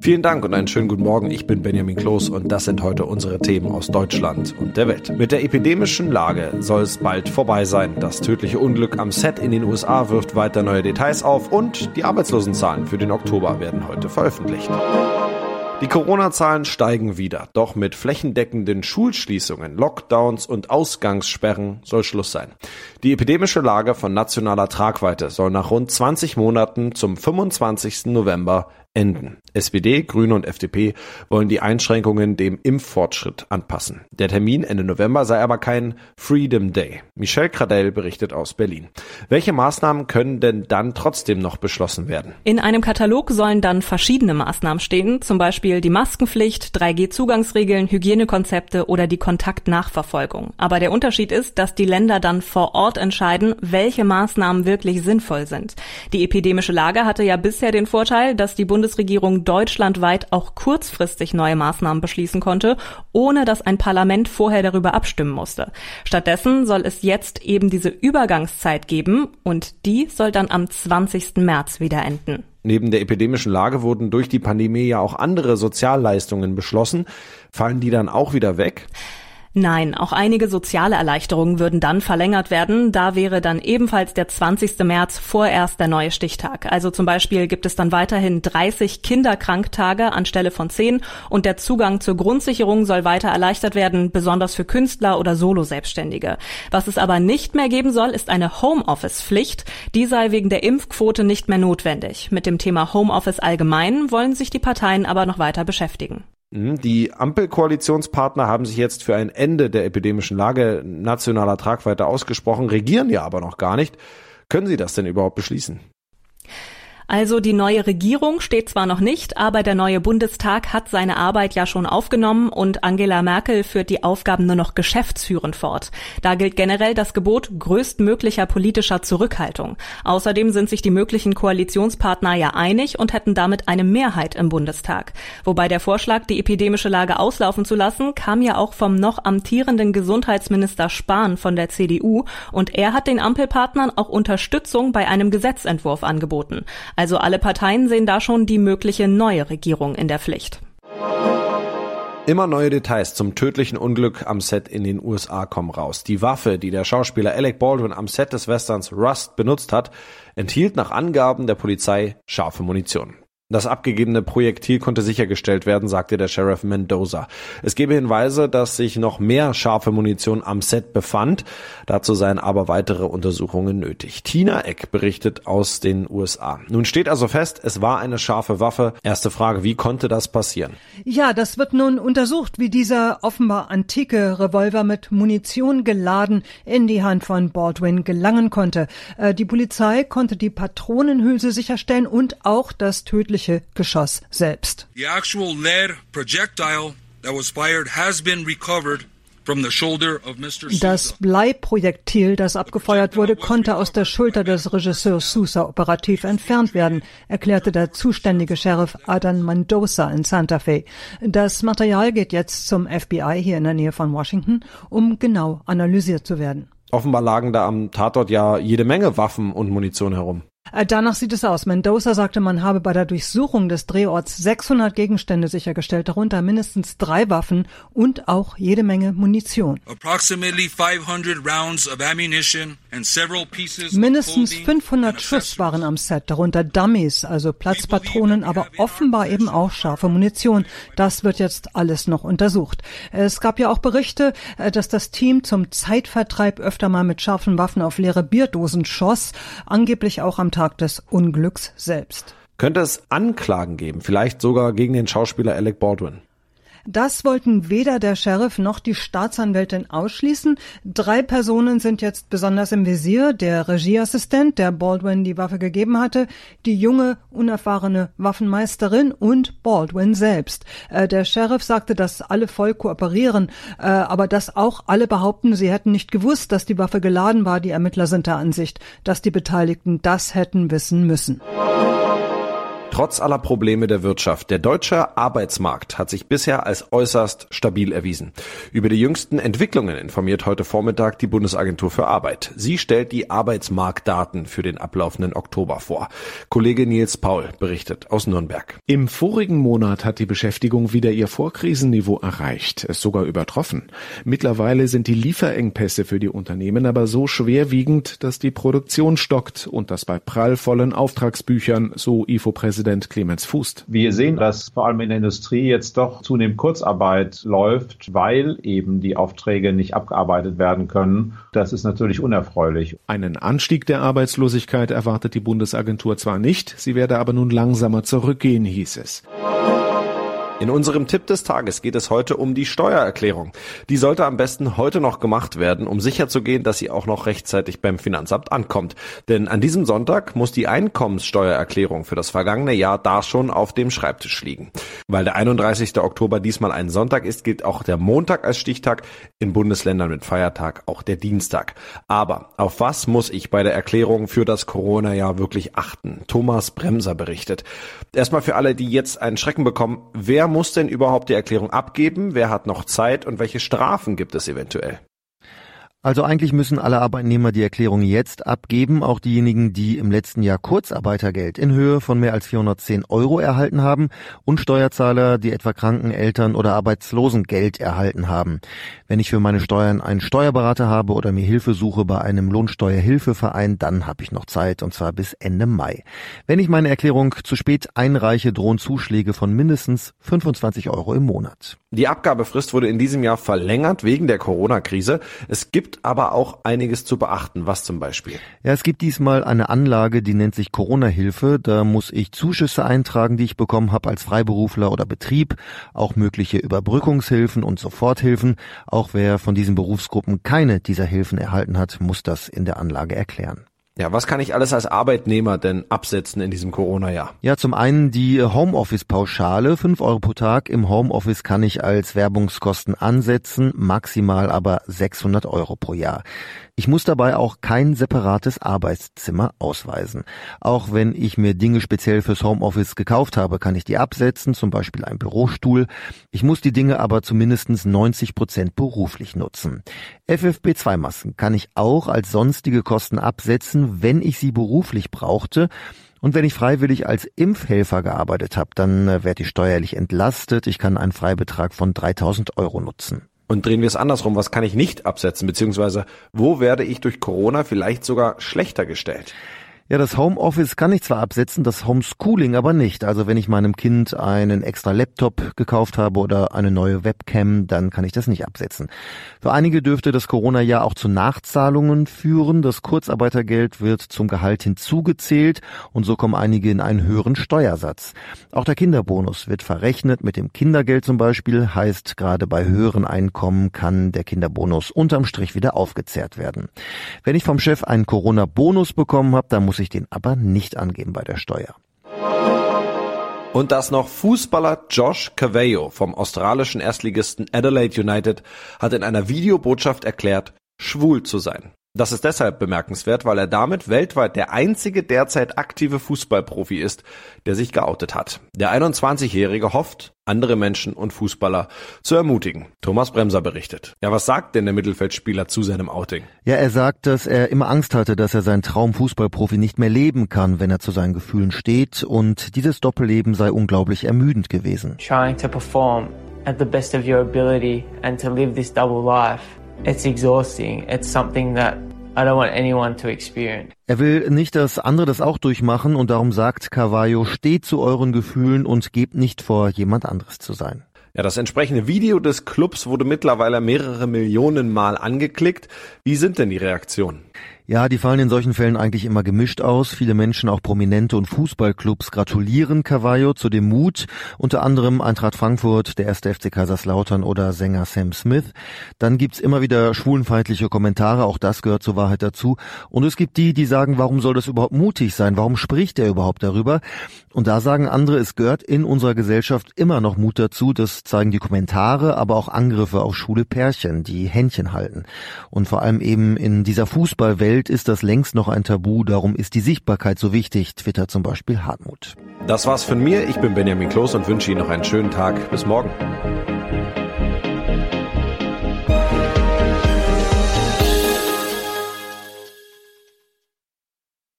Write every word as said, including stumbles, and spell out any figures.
Vielen Dank und einen schönen guten Morgen. Ich bin Benjamin Kloß und das sind heute unsere Themen aus Deutschland und der Welt. Mit der epidemischen Lage soll es bald vorbei sein. Das tödliche Unglück am Set in den U S A wirft weiter neue Details auf und die Arbeitslosenzahlen für den Oktober werden heute veröffentlicht. Die Corona-Zahlen steigen wieder, doch mit flächendeckenden Schulschließungen, Lockdowns und Ausgangssperren soll Schluss sein. Die epidemische Lage von nationaler Tragweite soll nach rund zwanzig Monaten zum fünfundzwanzigsten November enden. S P D, Grüne und F D P wollen die Einschränkungen dem Impffortschritt anpassen. Der Termin Ende November sei aber kein Freedom Day. Michelle Gradell berichtet aus Berlin. Welche Maßnahmen können denn dann trotzdem noch beschlossen werden? In einem Katalog sollen dann verschiedene Maßnahmen stehen, zum Beispiel die Maskenpflicht, drei G Zugangsregeln, Hygienekonzepte oder die Kontaktnachverfolgung. Aber der Unterschied ist, dass die Länder dann vor Ort entscheiden, welche Maßnahmen wirklich sinnvoll sind. Die epidemische Lage hatte ja bisher den Vorteil, dass die Bundesregierung deutschlandweit auch kurzfristig neue Maßnahmen beschließen konnte, ohne dass ein Parlament vorher darüber abstimmen musste. Stattdessen soll es jetzt eben diese Übergangszeit geben und die soll dann am zwanzigsten März wieder enden. Neben der epidemischen Lage wurden durch die Pandemie ja auch andere Sozialleistungen beschlossen. Fallen die dann auch wieder weg? Nein, auch einige soziale Erleichterungen würden dann verlängert werden. Da wäre dann ebenfalls der zwanzigsten März vorerst der neue Stichtag. Also zum Beispiel gibt es dann weiterhin dreißig Kinderkranktage anstelle von zehn und der Zugang zur Grundsicherung soll weiter erleichtert werden, besonders für Künstler oder Solo-Selbstständige. Was es aber nicht mehr geben soll, ist eine Homeoffice-Pflicht. Die sei wegen der Impfquote nicht mehr notwendig. Mit dem Thema Homeoffice allgemein wollen sich die Parteien aber noch weiter beschäftigen. Die Ampelkoalitionspartner haben sich jetzt für ein Ende der epidemischen Lage nationaler Tragweite ausgesprochen, regieren ja aber noch gar nicht. Können Sie das denn überhaupt beschließen? Also die neue Regierung steht zwar noch nicht, aber der neue Bundestag hat seine Arbeit ja schon aufgenommen und Angela Merkel führt die Aufgaben nur noch geschäftsführend fort. Da gilt generell das Gebot größtmöglicher politischer Zurückhaltung. Außerdem sind sich die möglichen Koalitionspartner ja einig und hätten damit eine Mehrheit im Bundestag. Wobei der Vorschlag, die epidemische Lage auslaufen zu lassen, kam ja auch vom noch amtierenden Gesundheitsminister Spahn von der C D U und er hat den Ampelpartnern auch Unterstützung bei einem Gesetzentwurf angeboten. Also alle Parteien sehen da schon die mögliche neue Regierung in der Pflicht. Immer neue Details zum tödlichen Unglück am Set in den U S A kommen raus. Die Waffe, die der Schauspieler Alec Baldwin am Set des Westerns Rust benutzt hat, enthielt nach Angaben der Polizei scharfe Munition. Das abgegebene Projektil konnte sichergestellt werden, sagte der Sheriff Mendoza. Es gebe Hinweise, dass sich noch mehr scharfe Munition am Set befand. Dazu seien aber weitere Untersuchungen nötig. Tina Eck berichtet aus den U S A. Nun steht also fest, es war eine scharfe Waffe. Erste Frage, wie konnte das passieren? Ja, das wird nun untersucht, wie dieser offenbar antike Revolver mit Munition geladen in die Hand von Baldwin gelangen konnte. Äh, die Polizei konnte die Patronenhülse sicherstellen und auch das tödliche Geschoss selbst. The actual lead projectile that was fired has been recovered from the shoulder of Mister Sousa. Das Bleiprojektil, das abgefeuert wurde, konnte aus der Schulter des Regisseurs Sousa operativ entfernt werden, erklärte der zuständige Sheriff Adam Mendoza in Santa Fe. Das Material geht jetzt zum F B I hier in der Nähe von Washington, um genau analysiert zu werden. Offenbar lagen da am Tatort ja jede Menge Waffen und Munition herum. Danach sieht es aus. Mendoza sagte, man habe bei der Durchsuchung des Drehorts sechshundert Gegenstände sichergestellt, darunter mindestens drei Waffen und auch jede Menge Munition. Approximately five hundred rounds of ammunition and several pieces Mindestens fünfhundert Schuss waren am Set, darunter Dummies, also Platzpatronen, aber offenbar eben auch scharfe Munition. Das wird jetzt alles noch untersucht. Es gab ja auch Berichte, dass das Team zum Zeitvertreib öfter mal mit scharfen Waffen auf leere Bierdosen schoss, angeblich auch am Tag des Unglücks selbst. Könnte es Anklagen geben, vielleicht sogar gegen den Schauspieler Alec Baldwin? Das wollten weder der Sheriff noch die Staatsanwältin ausschließen. Drei Personen sind jetzt besonders im Visier. Der Regieassistent, der Baldwin die Waffe gegeben hatte, die junge, unerfahrene Waffenmeisterin und Baldwin selbst. Äh, der Sheriff sagte, dass alle voll kooperieren, äh, aber dass auch alle behaupten, sie hätten nicht gewusst, dass die Waffe geladen war. Die Ermittler sind der Ansicht, dass die Beteiligten das hätten wissen müssen. Trotz aller Probleme der Wirtschaft, der deutsche Arbeitsmarkt hat sich bisher als äußerst stabil erwiesen. Über die jüngsten Entwicklungen informiert heute Vormittag die Bundesagentur für Arbeit. Sie stellt die Arbeitsmarktdaten für den ablaufenden Oktober vor. Kollege Nils Paul berichtet aus Nürnberg. Im vorigen Monat hat die Beschäftigung wieder ihr Vorkrisenniveau erreicht, es sogar übertroffen. Mittlerweile sind die Lieferengpässe für die Unternehmen aber so schwerwiegend, dass die Produktion stockt und das bei prallvollen Auftragsbüchern, so I F O-Präsident Clemens Fußt. Wir sehen, dass vor allem in der Industrie jetzt doch zunehmend Kurzarbeit läuft, weil eben die Aufträge nicht abgearbeitet werden können. Das ist natürlich unerfreulich. Einen Anstieg der Arbeitslosigkeit erwartet die Bundesagentur zwar nicht, sie werde aber nun langsamer zurückgehen, hieß es. In unserem Tipp des Tages geht es heute um die Steuererklärung. Die sollte am besten heute noch gemacht werden, um sicherzugehen, dass sie auch noch rechtzeitig beim Finanzamt ankommt. Denn an diesem Sonntag muss die Einkommenssteuererklärung für das vergangene Jahr da schon auf dem Schreibtisch liegen. Weil der einunddreißigster Oktober diesmal ein Sonntag ist, gilt auch der Montag als Stichtag, in Bundesländern mit Feiertag auch der Dienstag. Aber auf was muss ich bei der Erklärung für das Corona-Jahr wirklich achten? Thomas Bremser berichtet. Erstmal für alle, die jetzt einen Schrecken bekommen, wer Wer muss denn überhaupt die Erklärung abgeben? Wer hat noch Zeit und welche Strafen gibt es eventuell? Also eigentlich müssen alle Arbeitnehmer die Erklärung jetzt abgeben, auch diejenigen, die im letzten Jahr Kurzarbeitergeld in Höhe von mehr als vierhundertzehn Euro erhalten haben und Steuerzahler, die etwa Krankeneltern oder Arbeitslosengeld erhalten haben. Wenn ich für meine Steuern einen Steuerberater habe oder mir Hilfe suche bei einem Lohnsteuerhilfeverein, dann habe ich noch Zeit, und zwar bis Ende Mai. Wenn ich meine Erklärung zu spät einreiche, drohen Zuschläge von mindestens fünfundzwanzig Euro im Monat. Die Abgabefrist wurde in diesem Jahr verlängert wegen der Corona-Krise. Es gibt aber auch einiges zu beachten. Was zum Beispiel? Ja, es gibt diesmal eine Anlage, die nennt sich Corona-Hilfe. Da muss ich Zuschüsse eintragen, die ich bekommen habe als Freiberufler oder Betrieb, auch mögliche Überbrückungshilfen und Soforthilfen. Auch wer von diesen Berufsgruppen keine dieser Hilfen erhalten hat, muss das in der Anlage erklären. Ja, was kann ich alles als Arbeitnehmer denn absetzen in diesem Corona-Jahr? Ja, zum einen die Homeoffice-Pauschale. fünf Euro pro Tag im Homeoffice kann ich als Werbungskosten ansetzen, maximal aber sechshundert Euro pro Jahr. Ich muss dabei auch kein separates Arbeitszimmer ausweisen. Auch wenn ich mir Dinge speziell fürs Homeoffice gekauft habe, kann ich die absetzen, zum Beispiel ein Bürostuhl. Ich muss die Dinge aber zu mindestens neunzig Prozent beruflich nutzen. F F P zwei Masken kann ich auch als sonstige Kosten absetzen, wenn ich sie beruflich brauchte. Und wenn ich freiwillig als Impfhelfer gearbeitet habe, dann werde ich steuerlich entlastet. Ich kann einen Freibetrag von dreitausend Euro nutzen. Und drehen wir es andersrum, was kann ich nicht absetzen, beziehungsweise wo werde ich durch Corona vielleicht sogar schlechter gestellt? Ja, das Homeoffice kann ich zwar absetzen, das Homeschooling aber nicht. Also wenn ich meinem Kind einen extra Laptop gekauft habe oder eine neue Webcam, dann kann ich das nicht absetzen. Für einige dürfte das Corona-Jahr auch zu Nachzahlungen führen. Das Kurzarbeitergeld wird zum Gehalt hinzugezählt und so kommen einige in einen höheren Steuersatz. Auch der Kinderbonus wird verrechnet mit dem Kindergeld zum Beispiel. Heißt, gerade bei höheren Einkommen kann der Kinderbonus unterm Strich wieder aufgezehrt werden. Wenn ich vom Chef einen Corona-Bonus bekommen habe, dann muss ich den aber nicht angeben bei der Steuer. Und das noch Fußballer Josh Cavallo vom australischen Erstligisten Adelaide United hat in einer Videobotschaft erklärt, schwul zu sein. Das ist deshalb bemerkenswert, weil er damit weltweit der einzige derzeit aktive Fußballprofi ist, der sich geoutet hat. Der einundzwanzigjährige hofft, andere Menschen und Fußballer zu ermutigen. Thomas Bremser berichtet. Ja, was sagt denn der Mittelfeldspieler zu seinem Outing? Ja, er sagt, dass er immer Angst hatte, dass er seinen Traumfußballprofi nicht mehr leben kann, wenn er zu seinen Gefühlen steht. Und dieses Doppelleben sei unglaublich ermüdend gewesen. Trying to perform at the best of your ability and to live this double life. It's exhausting. It's something that I don't want anyone to experience. Er will nicht, dass andere das auch durchmachen und darum sagt Cavallo, steht zu euren Gefühlen und gebt nicht vor, jemand anderes zu sein. Ja, das entsprechende Video des Clubs wurde mittlerweile mehrere Millionen Mal angeklickt. Wie sind denn die Reaktionen? Ja, die fallen in solchen Fällen eigentlich immer gemischt aus. Viele Menschen, auch Prominente und Fußballclubs gratulieren Cavallo zu dem Mut. Unter anderem Eintracht Frankfurt, der erste F C Kaiserslautern oder Sänger Sam Smith. Dann gibt's immer wieder schwulenfeindliche Kommentare, auch das gehört zur Wahrheit dazu. Und es gibt die, die sagen, warum soll das überhaupt mutig sein? Warum spricht er überhaupt darüber? Und da sagen andere, es gehört in unserer Gesellschaft immer noch Mut dazu. Das zeigen die Kommentare, aber auch Angriffe auf schwule Pärchen, die Händchen halten. Und vor allem eben in dieser Fußballwelt Geld ist das längst noch ein Tabu, darum ist die Sichtbarkeit so wichtig, twittert zum Beispiel Hartmut. Das war's von mir, ich bin Benjamin Kloß und wünsche Ihnen noch einen schönen Tag. Bis morgen.